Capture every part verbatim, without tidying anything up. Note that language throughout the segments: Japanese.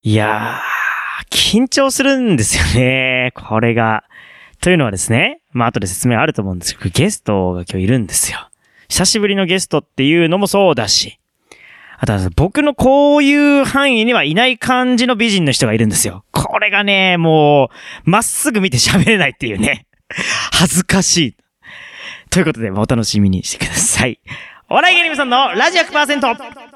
いやー、緊張するんですよね、これが。というのはですね、まあ後で説明あると思うんですけど、ゲストが今日いるんですよ。久しぶりのゲストっていうのもそうだし、あとは僕のこういう範囲にはいない感じの美人の人がいるんですよ。これがね、もう、まっすぐ見て喋れないっていうね。恥ずかしい。ということで、お楽しみにしてください。お笑い芸人さんのラジオ ひゃくパーセント。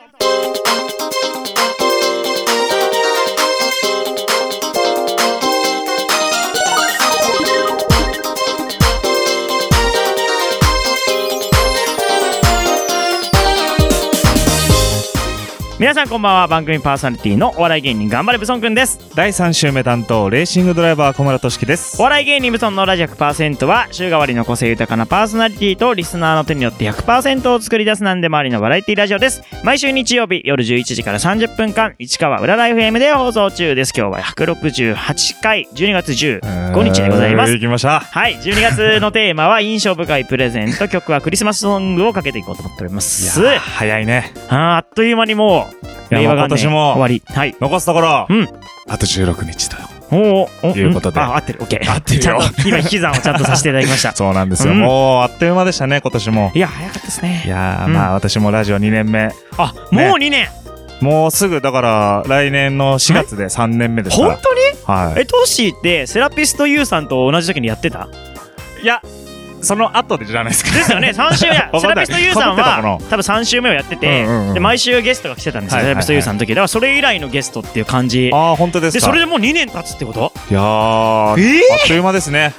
皆さんこんばんは。番組パーソナリティのお笑い芸人頑張れブソンくんです。 だいさん週目担当レーシングドライバー小村俊樹です。 お笑い芸人ブソンのラジオ ひゃくパーセント は週替わりの個性豊かなパーソナリティとリスナーの手によって ひゃくパーセント を作り出すなんでもありのバラエティラジオです。毎週日曜日夜じゅういちじからさんじゅっぷんかん市川裏ライフ エム で放送中です。今日はひゃくろくじゅうはちかいじゅうにがつじゅうごにちでございます。 行きました。 はい、じゅうにがつのテーマは印象深いプレゼント。曲はクリスマスソングをかけていこうと思っております。 いや早いね。 あ, あっという間にもう令和元年終わり。はい。 残すところ、 うん、 あとじゅうろくにちとおおいうことで、 うん、あ合ってる OK 合ってるよ。 ちゃんと今引き算をちゃんとさせていただきました。 そうなんですよ、うん、もうあっという間でしたね今年も。 いや早かったですね。 いや、うん、まあ私もラジオにねんめ。 あもうにねん、ね、 もうすぐだから来年のしがつでさんねんめですから。 本当に？ はい。 えトッシーってセラピスト ユー さんと同じ時にやってた？ いやその後でじゃないですか。 ですよね。さん週やセラピスト ユー さんは多分さん週目をやってて、うんうんうん、で毎週ゲストが来てたんですよ、はいはいはい、セラピスト ユー さんの時。だからそれ以来のゲストっていう感じ。 ああ本当ですか。 でそれでもうにねん経つってこと？ いやー、えー、あっという間ですね。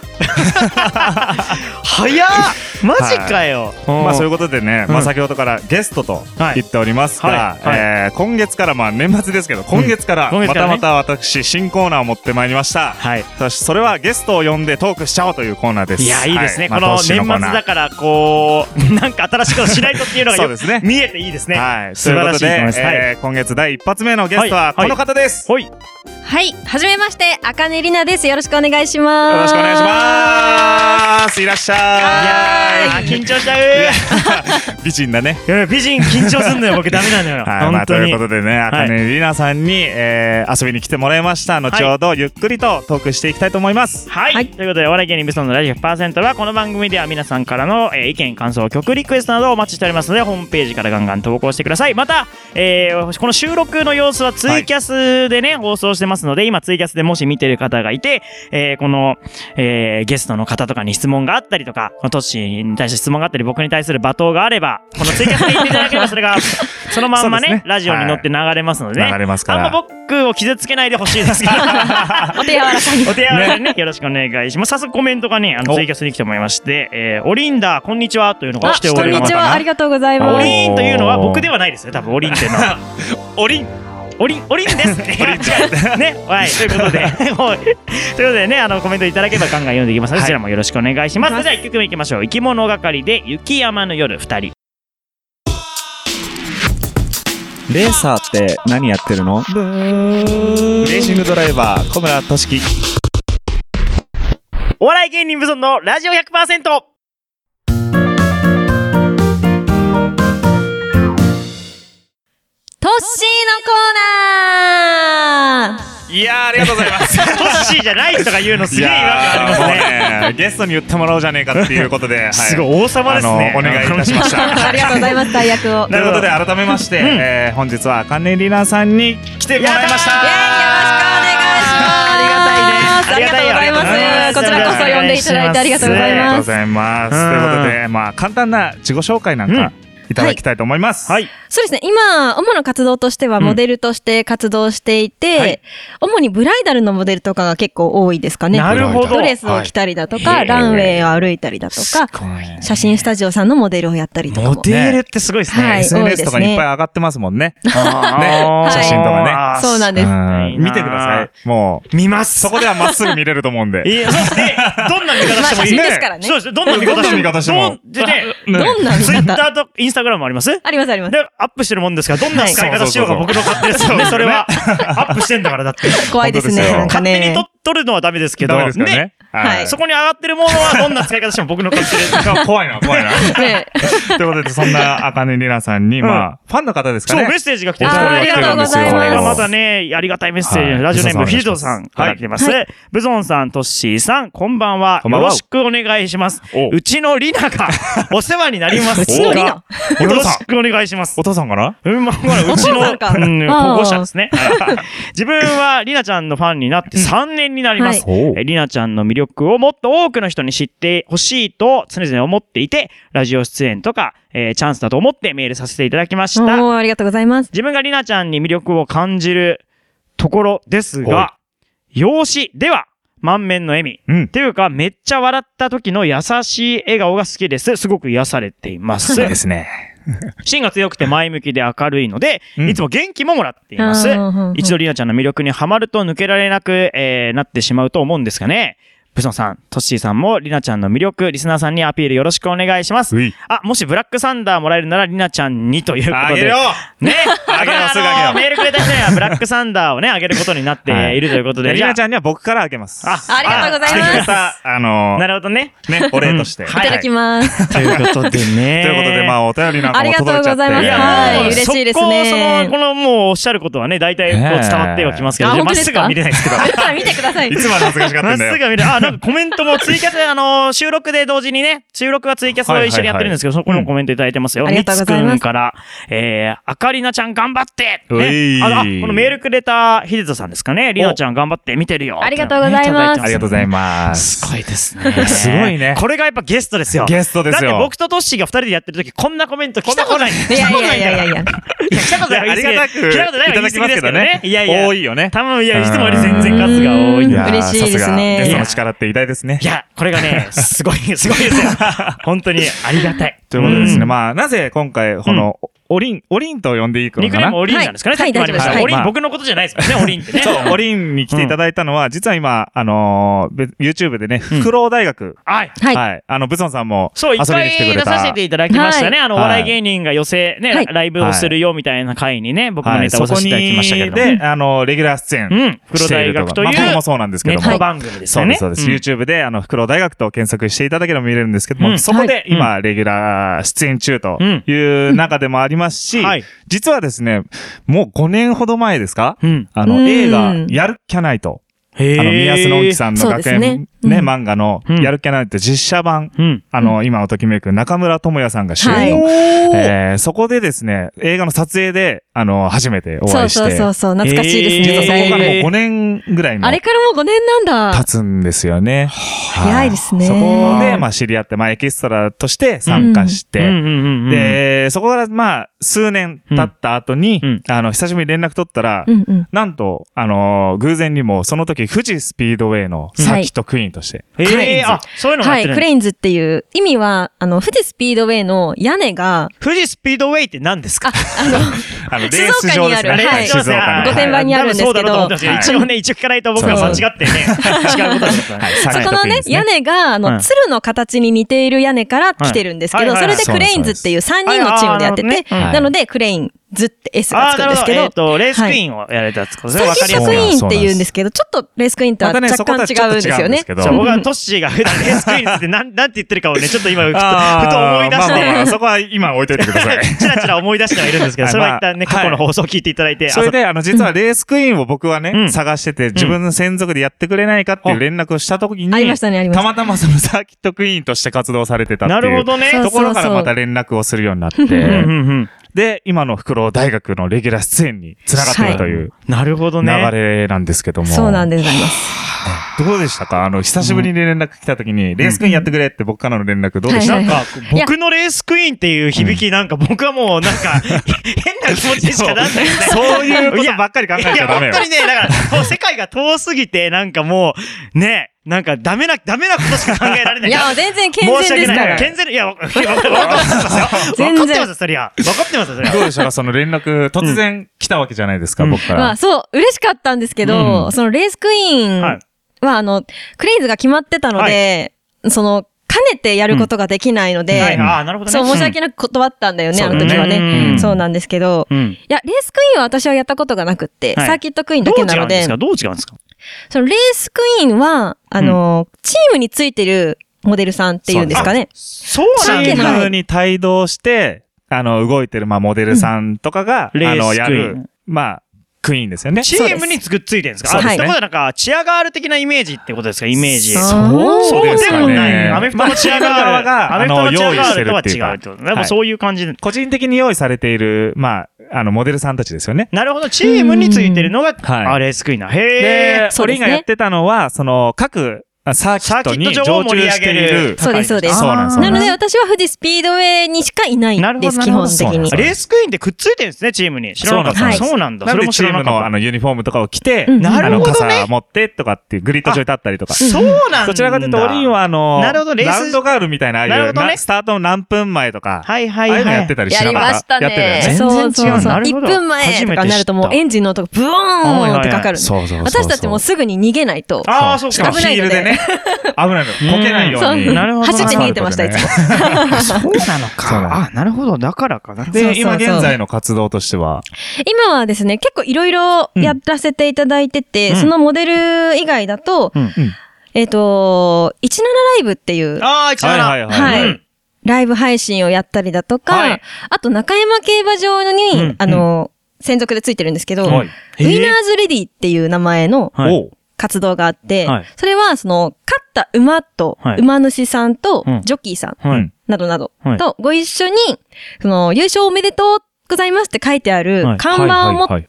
早っマジかよ、 はい、まあそういうことでね、うん、まあ先ほどからゲストと言っておりますが、はいはいはい、えー、今月からまあ年末ですけど今月からまたまた私新コーナーを持ってまいりました、はい、それはゲストを呼んでトークしちゃおうというコーナーです。 いやいいですね、 はい、 この年末だからこうなんか新しいことしないとっていうのがよそうですね、 見えていいですね。 はい、 素晴らしいと思います。 ということで、えー、今月だい一発目のゲストはこの方です。 はい、はいはい、はじめまして、あかねりなです。よろしくお願いします。 よろしくお願いします。いらっしゃい。いやー緊張しちゃう。 美人だね。 いや美人緊張すんのよ僕ダメなのよ。 はい、まあ、ということでね、あかねりなさんに、えー、遊びに来てもらいました。後ほどゆっくりとトークしていきたいと思います。 はい。はい、ということでお笑い芸人ブソンのラジオ ひゃくパーセント はこの番組では皆さんからの、えー、意見感想曲リクエストなどをお待ちしておりますのでホームページからガンガン投稿してください。また、えー、この収録の様子はツイキャスでね、はい、放送してますので今ツイキャスでもし見てる方がいて、えー、この、えー、ゲストの方とかに質問があったりとか、トッシーに対して質問があったり僕に対する罵倒があればこのツイキャスで言っていただければそれがそのまんま ね, ねラジオに乗って流れますので、ね、 流れますからあんま僕を傷つけないでほしいですけどお手柔らかにお手柔らかにねよろしくお願いします。早速コメントがねあのツイキャスに来てもらいまして、えー、オリンダこんにちはというのが来ております。 こんにちはありがとうございます。 オリンというのは僕ではないですよ多分オリンっていうのはオリンおりん、おりんですね。ね、はい、ということで、ということでね、あのコメントいただければガンガン読んでいきますので、はい、そちらもよろしくお願いします。それではいっきょくめいきましょう。生き物係で雪山の夜ふたり。 レーサーって何やってるの？ レーシングドライバー小村俊樹。 お笑い芸人ブソンのラジオ ひゃくパーセント。 トッシーのコーナー。 いやーありがとうございます。 トッシーじゃない人が言うのすげえ違和感ありますね。 ねゲストに言ってもらおうじゃねえかっていうことで、はい、 すごい王様ですね。 あのお願いいたしました。 ありがとうございます大役を。 ということで改めまして、うんえー、本日はあかねりなさんに来てもらいました。 イエーイよろしくお願いします。ありがたいね。ありがとうございます。こちらこそ呼んでいただいてありがとうございます。 ありがとうございます。ということでまあ簡単な自己紹介なんか、うんいただきたいと思います。 はい。 そうですね。今、主な活動としてはモデルとして活動していて、うんはい、主にブライダルのモデルとかが結構多いですかね。 なるほど。 ドレスを着たりだとか、はい、ランウェイを歩いたりだとか、写真スタジオさんのモデルをやったりとかも。 モデルってすごいですね。 はい、 エスエヌエス とかにいっぱい上がってますもんね。ね、写真とかね。そうなんです。 見てください。もう。見ます。 そこではまっすぐ見れると思うんで。 いや、そうですね。どんな見方してもいい。 写真ですからね。 そうです。どんな見方しても。 どんな見方しても。どんな見方。 ツイッターとインスタグラムもあります？ ありますあります。 で、アップしてるもんですから、どんな使い方しようが僕の勝手ですよね。それは、アップしてんだからだって。 怖いですね。なんかね。 勝手に撮るのはダメですけど。 ダメですからね。 はい。 そこに上がってるものはどんな使い方しても僕の勝手です。 怖いな、怖いな。ねということで、そんなあかねりなさんに、まあ、ファンの方ですかね。 そう、メッセージが来てありがとうございます。これがまたね、ありがたいメッセージ。ラジオネーム、ヒデトさんから来てます。ブゾンさん、トッシーさん、こんばんは。よろしくお願いします。うちのリナがお世話になります。 うちのリナよろしくお願いします。 お父さんかなうん、まあ、うちの、保護者ですね。自分はリナちゃんのファンになってさんねんになります。リナちゃんの魅力をもっと多くの人に知ってほしいと常々思っていて、ラジオ出演とか、えー、チャンスだと思ってメールさせていただきました。 おー、ありがとうございます。 自分がリナちゃんに魅力を感じるところですが、容姿では満面の笑み。うん、っていうか、めっちゃ笑った時の優しい笑顔が好きです。すごく癒されています。 そうですね。 芯が強くて前向きで明るいので、うん、いつも元気ももらっています。一度リナちゃんの魅力にはまると抜けられなく、えー、なってしまうと思うんですがね。ブソンさん、トッシーさんもリナちゃんの魅力、リスナーさんにアピールよろしくお願いします。あ、もしブラックサンダーもらえるならリナちゃんにということで。 あげるよねあげます、すぐあげよう。 メールくれた人にはブラックサンダーをね、あげることになっているということで。 リナちゃんには僕からあげます。 あ、ありがとうございます。 あのー、 なるほどね。 ね、お礼として。 いただきます。 ということでね。 ということで、まあ、お便りなんかも届いちゃって。 ありがとうございます。はい、嬉しいですね。 そこ、その、このもうおっしゃることはね、大体こう伝わってはきますけど、まっすぐは見れないですけど。 見てください。 いつまで恥ずかしがってんだよ。 まっすぐは見れない。あ、なんかコメントもツイキャスで、あのー、収録で同時にね、収録はツイキャスを一緒にやってるんですけど、そこにもコメントいただいてますよ。みつくんから、えー、あかりなちゃん頑張ってね。あ、このメールくれたヒデトさんですかね。りなちゃん頑張って見てるよ。 ありがとうございます。 ありがとうございます。 すごいですね。 すごいね。 これがやっぱゲストですよ。 ゲストですよ。 だって僕とトッシーが二人でやってる時こんなコメント来たことない。いやいやいやいやいや。 来たことない。 ありがたく来たことない。いただきますけどね。いやいや。 多いよね。 多分、いや、いつもより全然数が多い。 嬉しいですね。 ゲストの力って偉大ですね。 いや、これがね、すごい、すごいですよ。本当にありがたい。 ということですね。まあ、なぜ今回、この、おりん、おりんと呼んでいいかな。 ニックネームおりんなんですかね。 はい、大丈夫です。 おりん、僕のことじゃないですからね、おりんってね。 そう、おりんに来ていただいたのは、実は今、あの、YouTube でね、フクロウ大学。 はい。 はい。あの、ブソンさんも遊びに来てくれた。そう、一回出させていただきましたね。あの、お笑い芸人が寄せ、ね、ライブをするよみたいな回にね、僕もネタをさせていただきましたけど。 で、あの、レギュラー出演。うん。 フクロウ大学という。 まあ、僕もそうなんですけども。 ネット番組ですよね。 そうです、そうです。YouTube で、あの、フクロウ大学と検索していただければ見れるんですけども、そこで今、レギュラー出演中という中でもありますし、実はですね、もうごねんほど前ですか、うん、あの、映画、やるっきゃないと。あの、宮洲のんきさんの学園ね、ね、うん、漫画の、やるっきゃないと実写版、うん、あの、今をときめく中村智也さんが主演の、はい、えー、そこでですね、映画の撮影で、あの、初めてお会いして。 そうそうそう、懐かしいですね。 実はそこからもうごねんぐらいの。 あれからもうごねんなんだ。 経つんですよね。 早いですね。 そこで、まあ、知り合って、まあ、エキストラとして参加して、で、そこから、まあ、数年経った後に、うん、あの、久しぶりに連絡取ったら、うんうん、なんと、あの、偶然にも、その時、富士スピードウェイのサーキットクイーンとして。 はい、えー、あ、そういうのがやってる。 はい、クレインズっていう意味は、あの、富士スピードウェイの屋根が、 富士スピードウェイって何ですか？ あ、あの、 あの、レース場ですね。 はい、静岡に。御殿場にあるんですけど。 一応ね、一応聞かないと僕は間違ってね、違うことだったね。 そこのね、屋根が、あの、鶴の形に似ている屋根から来てるんですけど、それでクレインズっていうさんにんのチームでやってて、なので、クレインズって S がつくんですけど。 えっと、レースクイーンをやられたやつ。 サーキットクイーンって言うんですけど、ちょっとレースクイーンとは若干違うんですよね。 そう、僕はトッシーが普段レースクイーンってなんなんて言ってるかをね、ちょっと今、ふと思い出して。 そこは今置いといてください。 チラチラ思い出してはいるんですけど、それは一旦ね、過去の放送を聞いていただいて。 それで、あの、実はレースクイーンを僕はね、探してて、自分の専属でやってくれないかっていう連絡をしたときに、 ありましたね、ありました。 たまたまそのサーキットクイーンとして活動されてたっていう。なるほどね。ところからまた連絡をするようになって、で、今のフクロウ大学のレギュラー出演に繋がっているという、 なるほどね。 流れなんですけども。 そうなんでございます。 どうでしたか？あの、久しぶりに連絡来た時に、レースクイーンやってくれって僕からの連絡どうでしたか？ なんか、僕のレースクイーンっていう響きなんか僕はもうなんか、変な気持ちしかなんないですね。 そういうことばっかり考えちゃダメよ。いや、 本当にね、だから、もう世界が遠すぎて、なんかもう、ね、なんかダメな、ダメなことしか考えられない。 いや、全然健全ですから。 健全、いや、わかってますよ。わかってますよ、そりゃ。わかってますよ、そりゃ。 どうでしたか？その連絡、突然来たわけじゃないですか、僕から。 まあ、そう、嬉しかったんですけど、そのレースクイーンは、あの、クレインズが決まってたので、その、兼ねてやることができないので、そう、申し訳なく断ったんだよね、あの時はね。そうなんですけど、いや、レースクイーンは私はやったことがなくって、サーキットクイーンだけなので。 どう違うんですか？どう違うんですか？ そのレースクイーンは、あの、チームについてるモデルさんっていうんですかね。 そうなんです。チームに帯同して、あの、動いてる、まあ、モデルさんとかが、あの、やる、まあ、クイーンですよね。 チームにくっついてるんですか？そうです。ってことはなんか、チアガール的なイメージってことですか？イメージ。 そうですかね。 アメフトのチアガールが、アメフトのチアガールとは違うってこと。でもそういう感じ。 個人的に用意されている、まあ、あの、モデルさんたちですよね。 なるほど。チームについてるのが、あれ、スクイーンな。へー。オリンがやってたのは、その、各、サーキットに常駐している。 そうです、そうです。 そうなんです。 なので私は富士スピードウェイにしかいないんです、基本的に。 レースクイーンってくっついてるんですね、チームに。知らなかった。そうなんだ。 それもチームのあのユニフォームとかを着て、 なるほどね。 傘持ってとかってグリッド上に立ったりとか。 そうなんだ。 どちらかというと、オリンはあの、ラウンドガールみたいな、ああいうスタートの何分前とか、 はいはいはい。 ああいうのやってたりしなかった。 やりましたね。 やってたよね。そうそうそう。いっぷんまえとかになるともうエンジンの音がブーンってかかる。私たちもすぐに逃げないと。 ああ、そうか。 危ないので。 危ないの。こけないように。 なるほど。 走って逃げてました、いつも。 そうなのか。あ、なるほど。だからかな。 で、今現在の活動としては今はですね、結構いろいろやらせていただいてて、そのモデル以外だと、えっと、じゅうななライブっていう。 ああ、じゅうなな。 はい。ライブ配信をやったりだとか、あと中山競馬場に、あの、専属でついてるんですけど、ウィナーズレディっていう名前の、活動があって、はい、それは、その、勝った馬と、馬主さんと、ジョッキーさん、などなど、とご一緒に、その、優勝おめでとうございますって書いてある看板を持って、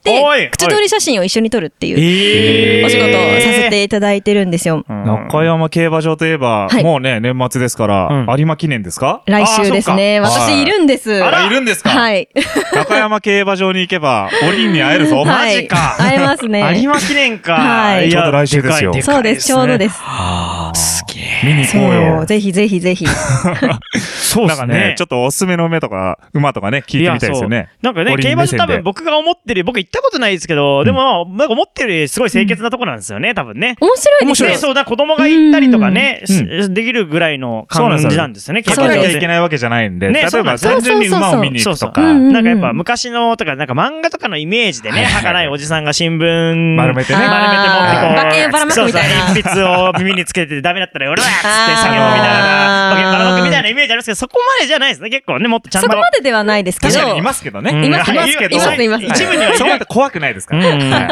口通り写真を一緒に撮るっていう、お仕事をさせていただいてるんですよ。 中山競馬場といえば、もうね、年末ですから、有馬記念ですか？ 来週ですね。私いるんです。 あら、いるんですか？ はい。 中山競馬場に行けば、オリンに会えるぞ。 マジか。 会えますね。 有馬記念か。 はい。 ちょうど来週ですよ。 そうです、ちょうどです。 ああ、すげえ。 見に行こうよ。 ぜひぜひぜひ。 そうですね。 ちょっとおすすめの馬とか、馬とかね、聞いてみたいですよね。 なんかね、競馬場多分僕が思ってる、僕行ったことないですけど、でも、なんか思ってるよりすごい清潔なとこなんですよね、多分ね。 面白いですね。 面白い。そうだ、子供が行ったりとかね、できるぐらいの感じなんですよね。 かけなきゃいけないわけじゃないんで。例えば、単純に馬を見に行くとか。 なんかやっぱ昔のとか、なんか漫画とかのイメージでね、儚いおじさんが新聞丸めてね。 丸めて持ってこう。 馬券ばらまくみたいな。 鉛筆を耳につけてダメだったら、俺はっつって酒飲みながら、馬券ばらまくみたいなイメージあるんですけど、そこまでじゃないですね。結構ね、もっとちゃんと。 そこまでではないですけど。 確かにいますけどね。 いますけど。います、います。 一部にはそうやって怖くないですから。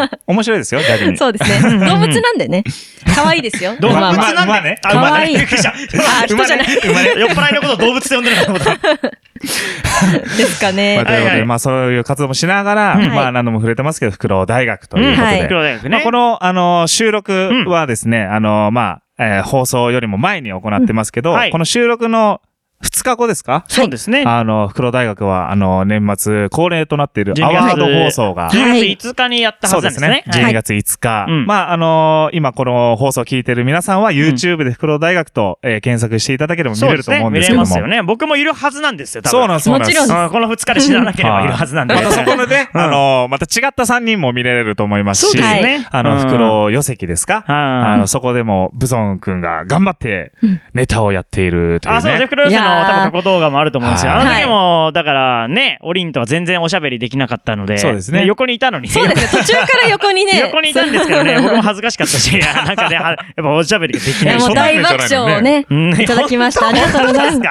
面白いですよ、逆に。 そうですね。動物なんでね。可愛いですよ。 動物なんでね。 可愛い。 あ、人じゃない。酔っ払いのことを動物で呼んでるのかと思った。 ですかね。 ということで、まあそういう活動もしながら、まあ何度も触れてますけど、フクロウ大学ということで。 フクロウ大学ね。 この、あの、収録はですね、あの、まあ、放送よりも前に行ってますけど、この収録の二日後ですか？ そうですね。 あの、フクロウ大学は、あの、年末恒例となっているアワード放送が。 じゅうにがついつかにやったはずなんですね。 じゅうにがついつか。まあ、あの、今この放送を聞いてる皆さんは YouTube でフクロウ大学と検索していただければ見れると思うんですけども。 見れますよね。僕もいるはずなんですよ、多分。 そうなんです、そうなんです。 もちろん。 この二日で知らなければいるはずなんで。 またそこでね、あの、また違ったさんにんも見れると思いますし、あの、フクロウ寄席ですか？あの、そこでもブソン君が頑張ってネタをやっているというね。 あ、そうですね。フクロウ寄席の多分過去動画もあると思うんですよ。あの時も、だからね、オリンとは全然おしゃべりできなかったので、 そうですね。 横にいたのに。 そうですね。途中から横にね。 横にいたんですけどね、僕も恥ずかしかったし、なんかね、やっぱおしゃべりができない。 もう大爆笑をね、いただきました。ありがとうございます。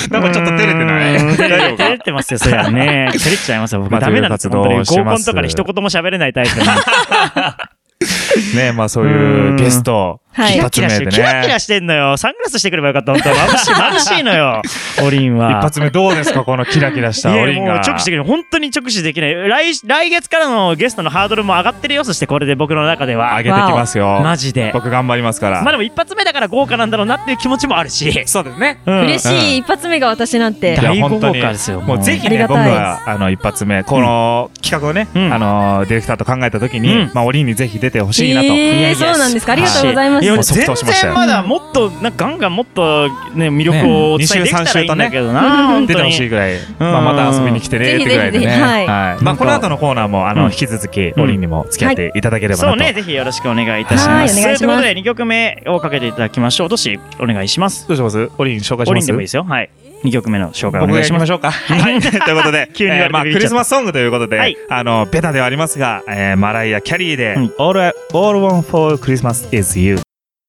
なんかちょっと照れてない。 照れてますよ、そりゃね。照れちゃいますよ。僕ダメなんですよ。合コンとかで一言も喋れないタイプなんで。 ね、まあそういうゲスト、 一発目でね。キラキラしてんのよ。サングラスしてくればよかった。本当眩しい、眩しいのよ。オリンは。 一発目どうですかこのキラキラしたオリンが。 もう直視できない。本当に直視できない。来、来月からのゲストのハードルも上がってるよ。そしてこれで僕の中では。 上げてきますよ。 マジで。 僕頑張りますから。 まあでも一発目だから豪華なんだろうなっていう気持ちもあるし。 そうですね。 嬉しい。一発目が私なんて。 大豪華ですよ。 もうぜひね、僕はあの一発目、この企画をね、あの、ディレクターと考えた時に、まあオリンにぜひ出てほしいなと。 えー、そうなんですか。ありがとうございます。 全然まだもっとなんかガンガンもっとね魅力をお伝えできたらいいんだけどな。 出てほしいぐらい。まあまた遊びに来てねってぐらいでね。はい。まあこの後のコーナーもあの引き続きオリンにも付き合っていただければなと。 そうね、ぜひよろしくお願いいたします。ということでにきょくめをかけていただきましょう。どしお願いします。 どうします？オリン紹介します。 オリンでもいいですよ。はい。 にきょくめの紹介をお願いしましょうか。 はい。ということで、急に、えー、まあ、クリスマスソングということで、はい、あの、ベタではありますが、えー、マライア・キャリーで、うん、All I, All I Want for Christmas is You。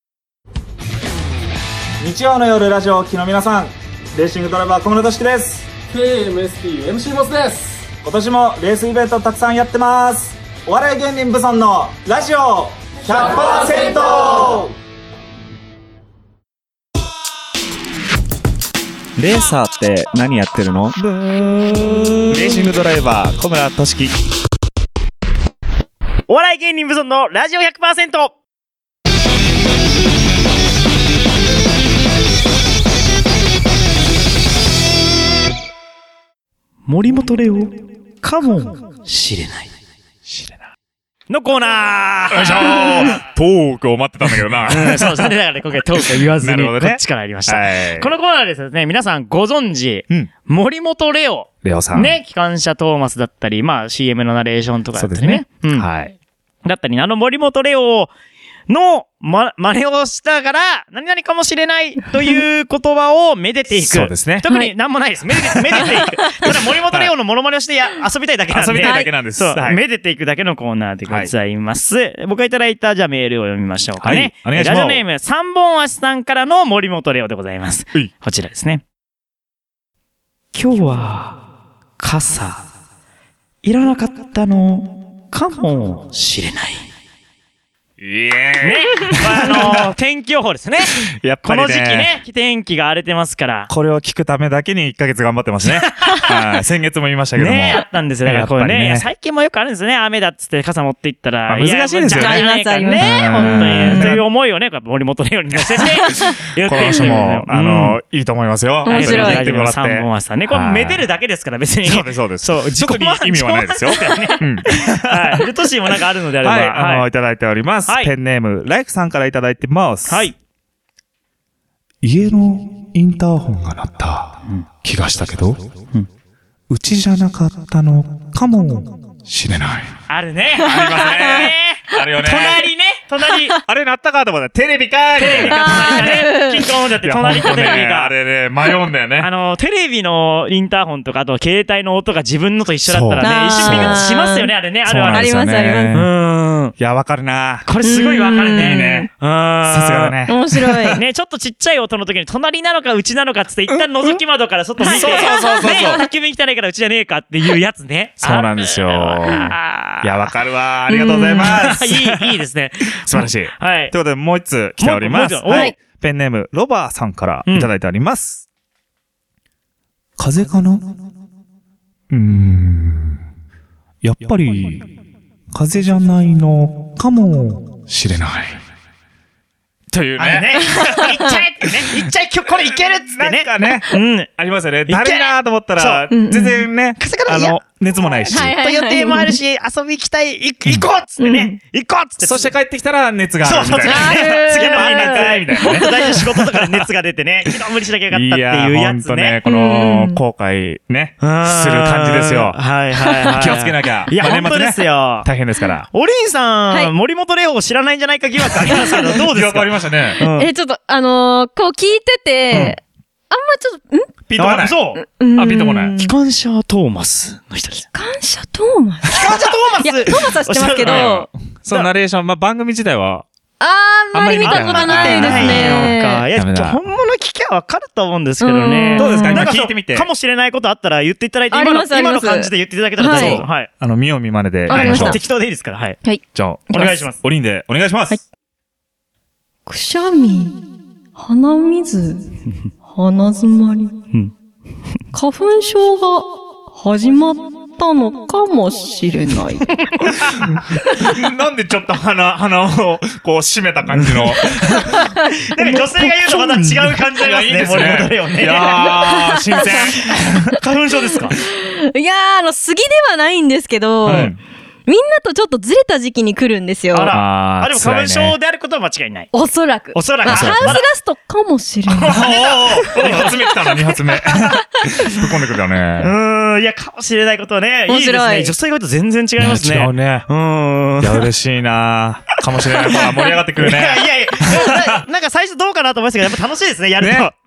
日曜の夜ラジオをお聞きの皆さん、レーシングドライバー小室俊樹です。 ケーエムエスティーエムシー ボスです。 今年もレースイベントたくさんやってます。お笑い芸人ブソンのラジオ ひゃくパーセント。 レーサーって何やってるの？ ブーレーシングドライバー小村俊樹。 お笑い芸人ブソンのラジオ ひゃくパーセント。森本レオかもしれない。 しれない。 のコーナーよいしょートークを待ってたんだけどな。 うん、そうですね。だからね、今回トークを言わずに、ね、こっちからやりました。はい、このコーナーですね、皆さんご存知、うん、森本レオ。 レオさん。 ね、機関車トーマスだったり、まあ シーエム のナレーションとかだったりね。 そうですね。 うん。 はい。 だったり、あの森本レオの、ま、真似をしたから、何々かもしれないという言葉をめでていく。 そうですね。 特に何もないです。めでて、めでていく。ただ森本レオのモノマネをしてや遊びたいだけなんで。 遊びたいだけなんです。 そう、はい。めでていくだけのコーナーでございます。はい、僕がいただいた、じゃあメールを読みましょうかね。 はい、お願いします。 ラジオネーム、三本足さんからの森本レオでございます。こちらですね。今日は、傘、いらなかったのかもしれない。 イエーイね、まあ、あのー、天気予報ですね。 やっぱりね。 この時期ね、天気が荒れてますから。 これを聞くためだけにいっかげつ頑張ってますね。はい。先月も言いましたけども。 ね、あったんですよ。だからこれね、ね最近もよくあるんですね。雨だっつって傘持って行ったら。 難しいんですよね。 ありますあります。 ね、本当に。という思いをね、森本レオに乗せて、 言ってるも、あの、いいと思いますよ。 面白い。 言ってもらって。三本足さんね。これめでるだけですから、別に。 そうです、そうです。 そう、 特に意味はないですよ。 はい。で、トシもなんかあるのであれば。 はい、あの、いただいております。ペンネーム、ライクさんからいただいてます。 はい。 家のインターホンが鳴った気がしたけど、うん、うちじゃなかったのかもしれない。 あるね。 ありますね。あるよね。 隣ね。隣。 あれ鳴ったかと思ったらテレビかー。 テレビか隣かね。キンコンだって隣とテレビが。 あれね、迷うんだよね。 あの、テレビのインターホンとか、あと携帯の音が自分のと一緒だったらね、一瞬ビビッとしますよね、あれね。あるある。ありますあります。 うん。 いや、わかるな。 これすごいわかるね。 うん。さすがだね。 面白い。 ね、ちょっとちっちゃい音の時に隣なのかうちなのかっつって一旦覗き窓から外見て。 そうそうそうそう。 ね、宅急便来たらいいからうちじゃねえかっていうやつね。 そうなんですよ。いや、わかるわ。ありがとうございます。 いい、いいですね。 素晴らしい。 はい。 ということで、もう一つ来ております。はい。ペンネーム、ロバーさんからいただいております。風邪かな？うーん。やっぱり、風邪じゃないのかもしれない。というね。 ね。いっちゃえってね。いっちゃえ、今日これいけるっつってね。 なんかね。うん。ありますよね。だるいなーと思ったら、全然ね。あの、熱もないし。 と予定もあるし、遊び行きたい、行こうっつってね。行こうっつって。 そして帰ってきたら熱があるみたいな。 そうそう次の日になってみたいな。もっと大事な仕事とかで熱が出てね。昨日無理しなきゃよかったっていうやつね。 この、後悔ね、する感じですよ。 はいはいはい。 気をつけなきゃ。 いや、本当ですよ。 大変ですから。 おりんさん、森本レオを知らないんじゃないか疑惑ありますけど、どうですか？ 疑惑ありましたね。 え、ちょっと、あの、こう聞いてて、あんまちょっと、んピンとこない。 そう。 あ、ピンとこない。 機関車トーマスの人です。 機関車トーマス機関車トーマスいや、トーマスは知ってますけど。 そう、ナレーション、まあ、番組自体は。 あー、あんまり見たことないですね。 いや、本物聞きゃわかると思うんですけどね。 どうですか？今聞いてみて。 かもしれないことあったら言っていただいて、今の、今の感じで言っていただけたら大丈夫。はい。 あの、見よう見まねで。 わかりました。 適当でいいですから、はい。 はい。 じゃあ、お願いします。 おりんで、お願いします。はい。 くしゃみ、鼻水、鼻詰まり。花粉症が始まったのかもしれない。 なんでちょっと鼻、鼻をこう締めた感じの。 なんか女性が言うとまた違う感じがいいですね。 いやー、新鮮。 花粉症ですか？ いやー、あの、杉ではないんですけど、みんなとちょっとずれた時期に来るんですよ。 あら。あ、でも花粉症であることは間違いない。 おそらく。 おそらく。 ハウスダストかもしれない。 に発目来たな、に発目。ぶっ込んでくるよね。 うーん、いや、かもしれないことはね。いいですね。女性が言うと全然違いますね。 違うね。 うん。 いや、嬉しいなかもしれない。盛り上がってくるね。 いやいやいや、なんか最初どうかなと思いましたけど、やっぱ楽しいですね、やると。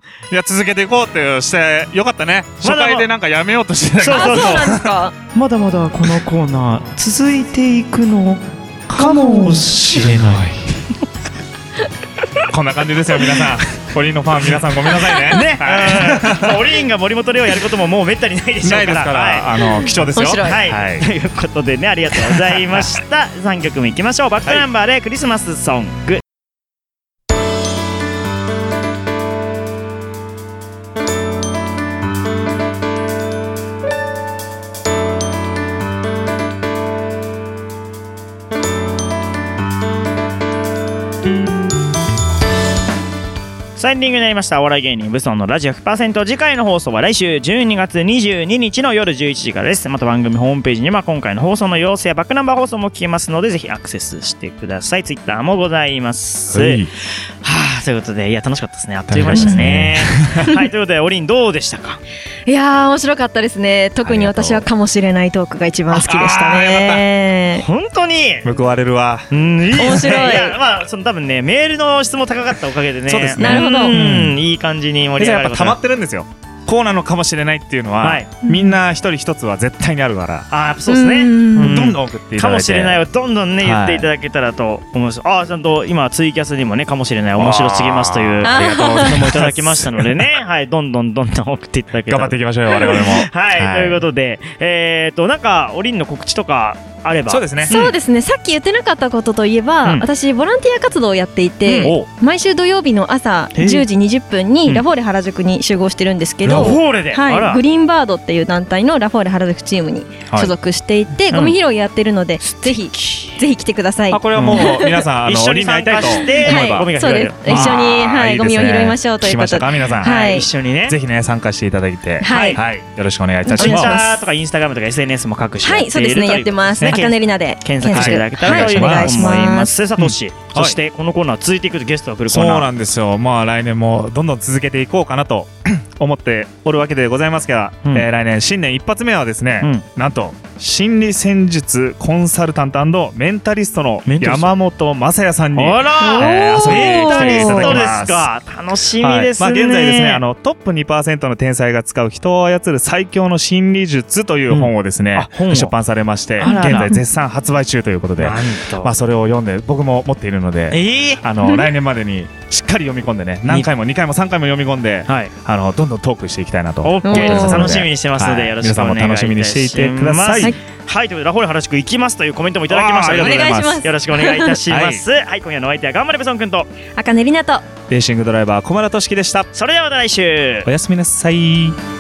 いや続けていこうってしてよかったね。初回でなんかやめようとしてたけど。 あ、そうなんですか。 まだまだこのコーナー続いていくのかもしれないこんな感じですよ皆さん。オリンのファン皆さんごめんなさいね。 ね、はい、オリンが森本レオやることももうめったにないでしょうから。 ないですから、はい、あの貴重ですよ。 面白い。 はい、はい、ということでね、ありがとうございましたさんきょくめいきましょう。バックナンバーでクリスマスソング。さあエンディングになりました。お笑い芸人ブソンのラジオ ひゃくパーセント。 次回の放送は来週じゅうにがつにじゅうににちの夜じゅういちじからです。また番組ホームページには今回の放送の様子やバックナンバー放送も聞けますので、ぜひアクセスしてください。ツイッターもございます。はい、はあ、ということで、いや楽しかったですね。あっという間でしたね。はい、ということでオリンどうでしたか？ いやー面白かったですね。特に私はかもしれないトークが一番好きでしたね。 本当に報われるわ。 うん、いいですね。 面白い。 いや、まあその多分ねメールの質も高かったおかげでね。 そうですね。 なるほど。 うん、いい感じに盛り上がる。 やっぱ溜まってるんですよ。こうなのかもしれないっていうのは、はい、みんな一人一つは絶対にあるから、 ああそうですね、 うん、どんどん送っていただいて、 かもしれないをどんどんね言っていただけたらと思います。はい、ああちゃんと今ツイキャスにもねかもしれない面白すぎますというありがとうございますもいただきましたのでねはい、どんどんどんどん送っていただけたら頑張っていきましょうよ我々もはい、はい、ということでえー、っとなんかおりんの告知とかあれば。 そうですね、 そうですね。さっき言ってなかったことといえば、うん、私ボランティア活動をやっていて、うん、毎週土曜日の朝じゅうじにじゅっぷんにラフォーレ原宿に集合してるんですけど、 ラフォーレで、 はい、グリーンバードっていう団体のラフォーレ原宿チームに所属していて、はい、ゴミ拾いやってるので、うん、ぜひぜひ来てください。 あ、これはもう皆さんあの一緒に参加してゴミが拾える。 一緒に、はい、ゴミを拾いましょうということで。聞きましたか皆さん。 はい、 一緒にねぜひね参加していただいて、 はい、 はい、よろしくお願いいたします。 ツイッターとかインスタグラムとか エスエヌエス も各種やっているという。 はい、そうですね、やってます。あかねりなで検索していただけたらと思います。サトシ、そしてこのコーナー続いていくとゲストが来るコーナー。 そうなんですよ。まあ来年もどんどん続けていこうかなと思っておるわけでございますが、うん、えー、来年新年一発目はですね、うん、なんと心理戦術コンサルタント&メンタリストの山本雅也さんに、 あら、 えー、遊びに来ていただきます。 ですか。楽しみですね。 はい、まあ、現在ですね、あのトップ にパーセント の天才が使う人を操る最強の心理術という本をですね、うん、出版されまして、現在絶賛発売中ということで、まあそれを読んで僕も持っているので、えー、あの来年までにしっかり読み込んでね、何回もにかいもさんかいも読み込んで、はい、あのどんどんトークしていきたいなと思ってますので、 楽しみにしてますので、はい、よろしくお願いいたします。皆さんも楽しみにしていてください。はい、はい、ということでラフォーレ原宿行きますというコメントもいただきました。 お願いします。 よろしくお願いいたします。はい、はい、今夜のお相手は頑張れブソン君とあかねりなとレーシングドライバー小村俊樹でした。 それではまた来週。 おやすみなさい。